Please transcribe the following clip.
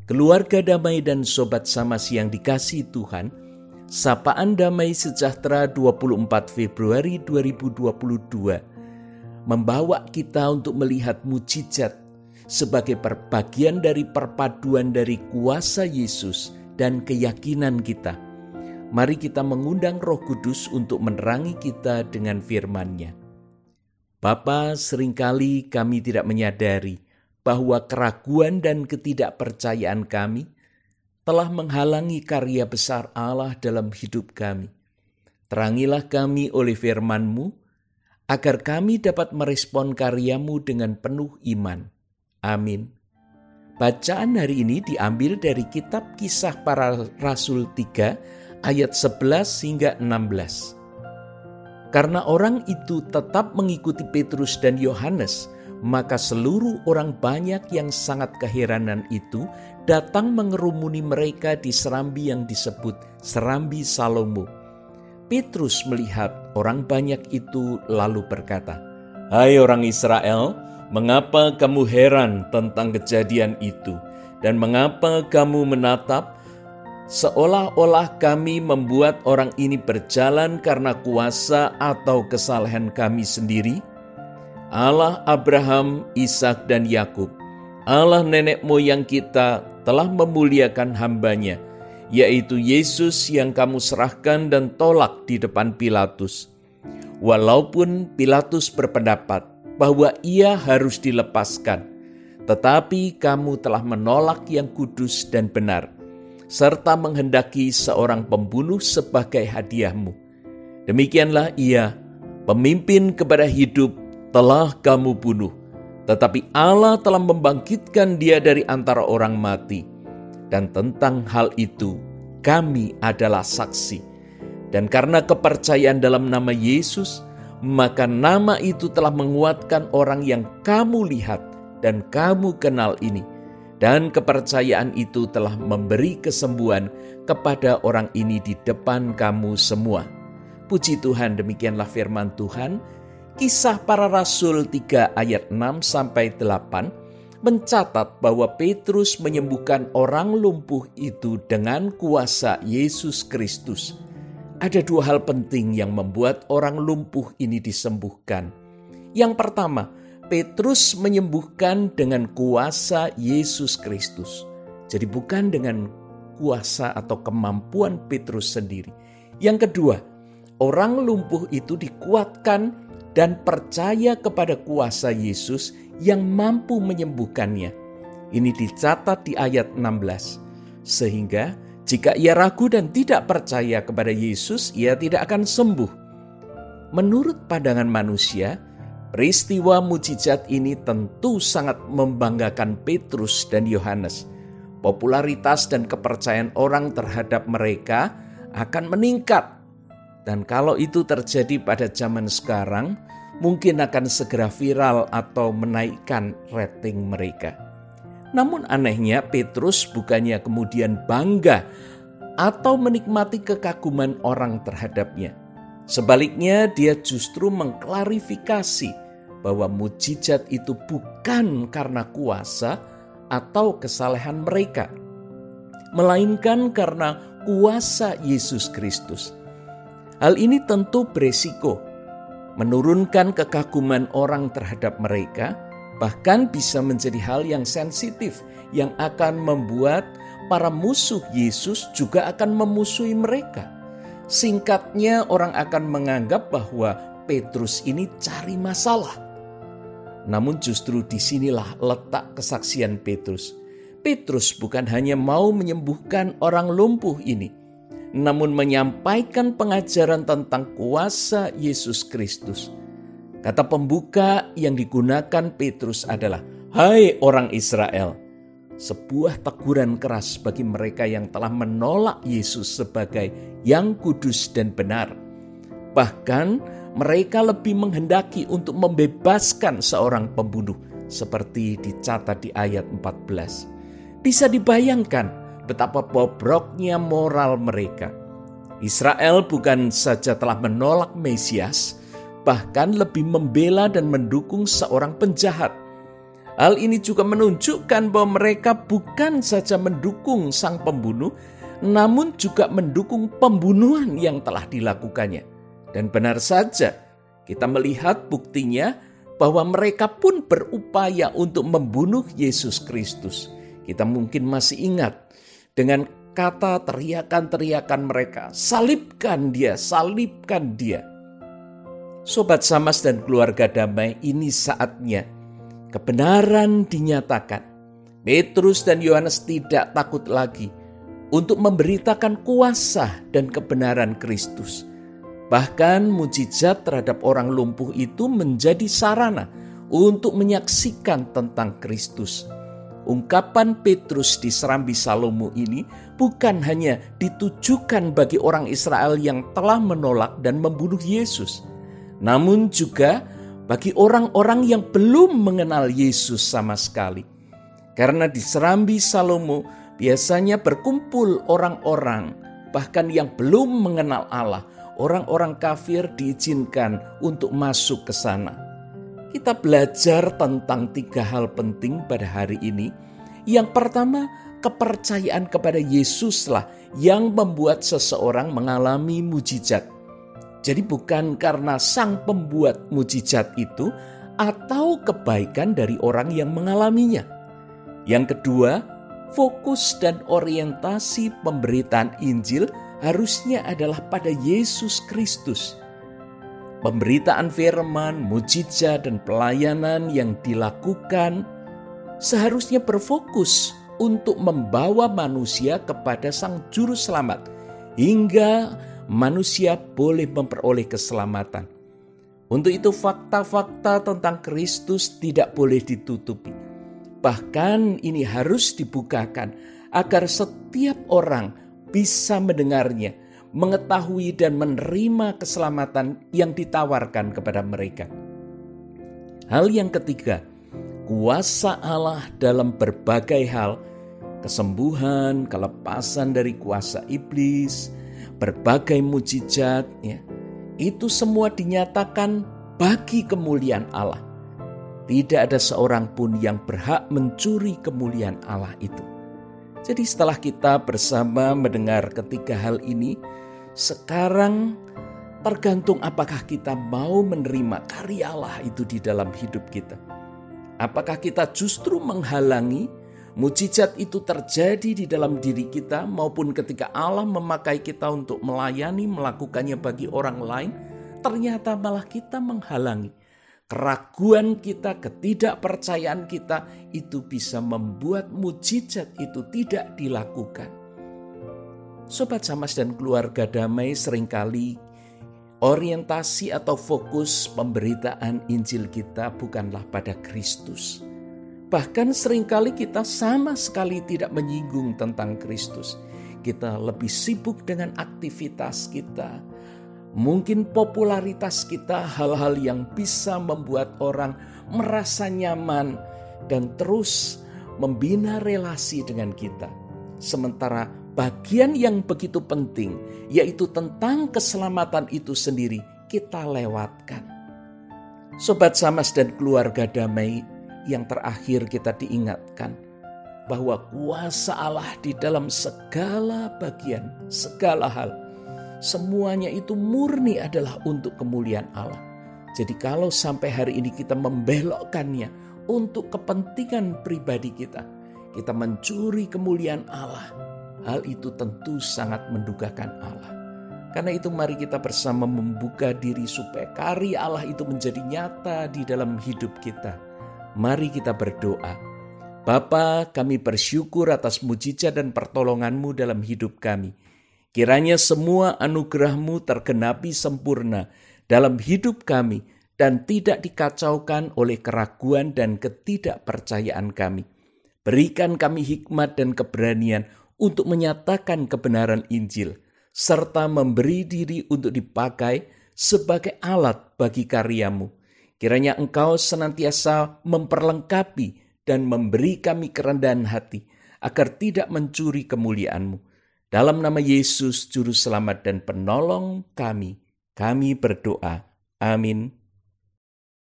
Keluarga damai dan sobat Samas yang dikasihi Tuhan, Sapaan Damai Sejahtera 24 Februari 2022 membawa kita untuk melihat mujizat sebagai bagian dari perpaduan dari kuasa Yesus dan keyakinan kita. Mari kita mengundang Roh Kudus untuk menerangi kita dengan firman-Nya. Bapa, seringkali kami tidak menyadari bahwa keraguan dan ketidakpercayaan kami telah menghalangi karya besar Allah dalam hidup kami. Terangilah kami oleh firman-Mu, agar kami dapat merespon karya-Mu dengan penuh iman. Amin. Bacaan hari ini diambil dari kitab Kisah Para Rasul 3 ayat 11 hingga 16. Karena orang itu tetap mengikuti Petrus dan Yohanes, maka seluruh orang banyak yang sangat keheranan itu datang mengerumuni mereka di serambi yang disebut Serambi Salomo. Petrus melihat orang banyak itu lalu berkata, "Hai orang Israel, mengapa kamu heran tentang kejadian itu? Dan mengapa kamu menatap seolah-olah kami membuat orang ini berjalan karena kuasa atau kesalahan kami sendiri? Allah Abraham, Ishak dan Yakub, Allah nenek moyang kita telah memuliakan hamba-Nya, yaitu Yesus yang kamu serahkan dan tolak di depan Pilatus. Walaupun Pilatus berpendapat bahwa ia harus dilepaskan, tetapi kamu telah menolak yang kudus dan benar, serta menghendaki seorang pembunuh sebagai hadiahmu. Demikianlah ia, pemimpin kepada hidup, telah kamu bunuh, tetapi Allah telah membangkitkan dia dari antara orang mati. Dan tentang hal itu, kami adalah saksi. Dan karena kepercayaan dalam nama Yesus, maka nama itu telah menguatkan orang yang kamu lihat dan kamu kenal ini. Dan kepercayaan itu telah memberi kesembuhan kepada orang ini di depan kamu semua." Puji Tuhan, demikianlah firman Tuhan. Kisah Para Rasul 3 ayat 6-8 mencatat bahwa Petrus menyembuhkan orang lumpuh itu dengan kuasa Yesus Kristus. Ada dua hal penting yang membuat orang lumpuh ini disembuhkan. Yang pertama, Petrus menyembuhkan dengan kuasa Yesus Kristus. Jadi bukan dengan kuasa atau kemampuan Petrus sendiri. Yang kedua, orang lumpuh itu dikuatkan dan percaya kepada kuasa Yesus yang mampu menyembuhkannya. Ini dicatat di ayat 16. Sehingga jika ia ragu dan tidak percaya kepada Yesus, ia tidak akan sembuh. Menurut pandangan manusia, peristiwa mujizat ini tentu sangat membanggakan Petrus dan Yohanes. Popularitas dan kepercayaan orang terhadap mereka akan meningkat. Dan kalau itu terjadi pada zaman sekarang, mungkin akan segera viral atau menaikkan rating mereka. Namun anehnya, Petrus bukannya kemudian bangga atau menikmati kekaguman orang terhadapnya. Sebaliknya, dia justru mengklarifikasi bahwa mujizat itu bukan karena kuasa atau kesalehan mereka, melainkan karena kuasa Yesus Kristus. Hal ini tentu beresiko, menurunkan kekaguman orang terhadap mereka, bahkan bisa menjadi hal yang sensitif yang akan membuat para musuh Yesus juga akan memusuhi mereka. Singkatnya, orang akan menganggap bahwa Petrus ini cari masalah. Namun justru disinilah letak kesaksian Petrus. Petrus bukan hanya mau menyembuhkan orang lumpuh ini, namun menyampaikan pengajaran tentang kuasa Yesus Kristus. Kata pembuka yang digunakan Petrus adalah, "Hai orang Israel." Sebuah teguran keras bagi mereka yang telah menolak Yesus sebagai yang kudus dan benar. Bahkan mereka lebih menghendaki untuk membebaskan seorang pembunuh, seperti dicatat di ayat 14. Bisa dibayangkan betapa bobroknya moral mereka. Israel bukan saja telah menolak Mesias, bahkan lebih membela dan mendukung seorang penjahat. Hal ini juga menunjukkan bahwa mereka bukan saja mendukung sang pembunuh, namun juga mendukung pembunuhan yang telah dilakukannya. Dan benar saja, kita melihat buktinya bahwa mereka pun berupaya untuk membunuh Yesus Kristus. Kita mungkin masih ingat dengan kata teriakan-teriakan mereka, "Salibkan dia, salibkan dia." Sobat Samas dan keluarga damai, ini saatnya kebenaran dinyatakan. Petrus dan Yohanes tidak takut lagi untuk memberitakan kuasa dan kebenaran Kristus. Bahkan mujizat terhadap orang lumpuh itu menjadi sarana untuk menyaksikan tentang Kristus. Ungkapan Petrus di Serambi Salomo ini bukan hanya ditujukan bagi orang Israel yang telah menolak dan membunuh Yesus, namun juga bagi orang-orang yang belum mengenal Yesus sama sekali. Karena di Serambi Salomo biasanya berkumpul orang-orang bahkan yang belum mengenal Allah. Orang-orang kafir diizinkan untuk masuk ke sana. Kita belajar tentang 3 hal penting pada hari ini. Yang pertama, kepercayaan kepada Yesuslah yang membuat seseorang mengalami mujizat. Jadi bukan karena sang pembuat mujizat itu atau kebaikan dari orang yang mengalaminya. Yang kedua, fokus dan orientasi pemberitaan Injil harusnya adalah pada Yesus Kristus. Pemberitaan firman, mujizat, dan pelayanan yang dilakukan seharusnya berfokus untuk membawa manusia kepada Sang Juru Selamat, hingga manusia boleh memperoleh keselamatan. Untuk itu fakta-fakta tentang Kristus tidak boleh ditutupi. Bahkan ini harus dibukakan agar setiap orang bisa mendengarnya, mengetahui dan menerima keselamatan yang ditawarkan kepada mereka. Hal yang ketiga, kuasa Allah dalam berbagai hal, kesembuhan, kelepasan dari kuasa iblis, berbagai mujizat, itu semua dinyatakan bagi kemuliaan Allah. Tidak ada seorang pun yang berhak mencuri kemuliaan Allah itu. Jadi setelah kita bersama mendengar ketiga hal ini, sekarang tergantung apakah kita mau menerima karya Allah itu di dalam hidup kita. Apakah kita justru menghalangi mujizat itu terjadi di dalam diri kita, maupun ketika Allah memakai kita untuk melayani, melakukannya bagi orang lain, ternyata malah kita menghalangi. Keraguan kita, ketidakpercayaan kita itu bisa membuat mujizat itu tidak dilakukan. Sobat Samas dan keluarga damai, seringkali orientasi atau fokus pemberitaan Injil kita bukanlah pada Kristus. Bahkan seringkali kita sama sekali tidak menyinggung tentang Kristus. Kita lebih sibuk dengan aktivitas kita, mungkin popularitas kita, hal-hal yang bisa membuat orang merasa nyaman dan terus membina relasi dengan kita. Sementara bagian yang begitu penting, yaitu tentang keselamatan itu sendiri, kita lewatkan. Sobat Samas dan keluarga damai, yang terakhir kita diingatkan bahwa kuasa Allah di dalam segala bagian, segala hal, semuanya itu murni adalah untuk kemuliaan Allah. Jadi kalau sampai hari ini kita membelokkannya untuk kepentingan pribadi kita, kita mencuri kemuliaan Allah, hal itu tentu sangat mendukakan Allah. Karena itu mari kita bersama membuka diri supaya karya Allah itu menjadi nyata di dalam hidup kita. Mari kita berdoa. Bapa, kami bersyukur atas mujizat dan pertolongan-Mu dalam hidup kami. Kiranya semua anugerah-Mu tergenapi sempurna dalam hidup kami dan tidak dikacaukan oleh keraguan dan ketidakpercayaan kami. Berikan kami hikmat dan keberanian untuk menyatakan kebenaran Injil, serta memberi diri untuk dipakai sebagai alat bagi karya-Mu. Kiranya Engkau senantiasa memperlengkapi dan memberi kami kerendahan hati agar tidak mencuri kemuliaan-Mu. Dalam nama Yesus, Juru Selamat dan Penolong kami berdoa. Amin.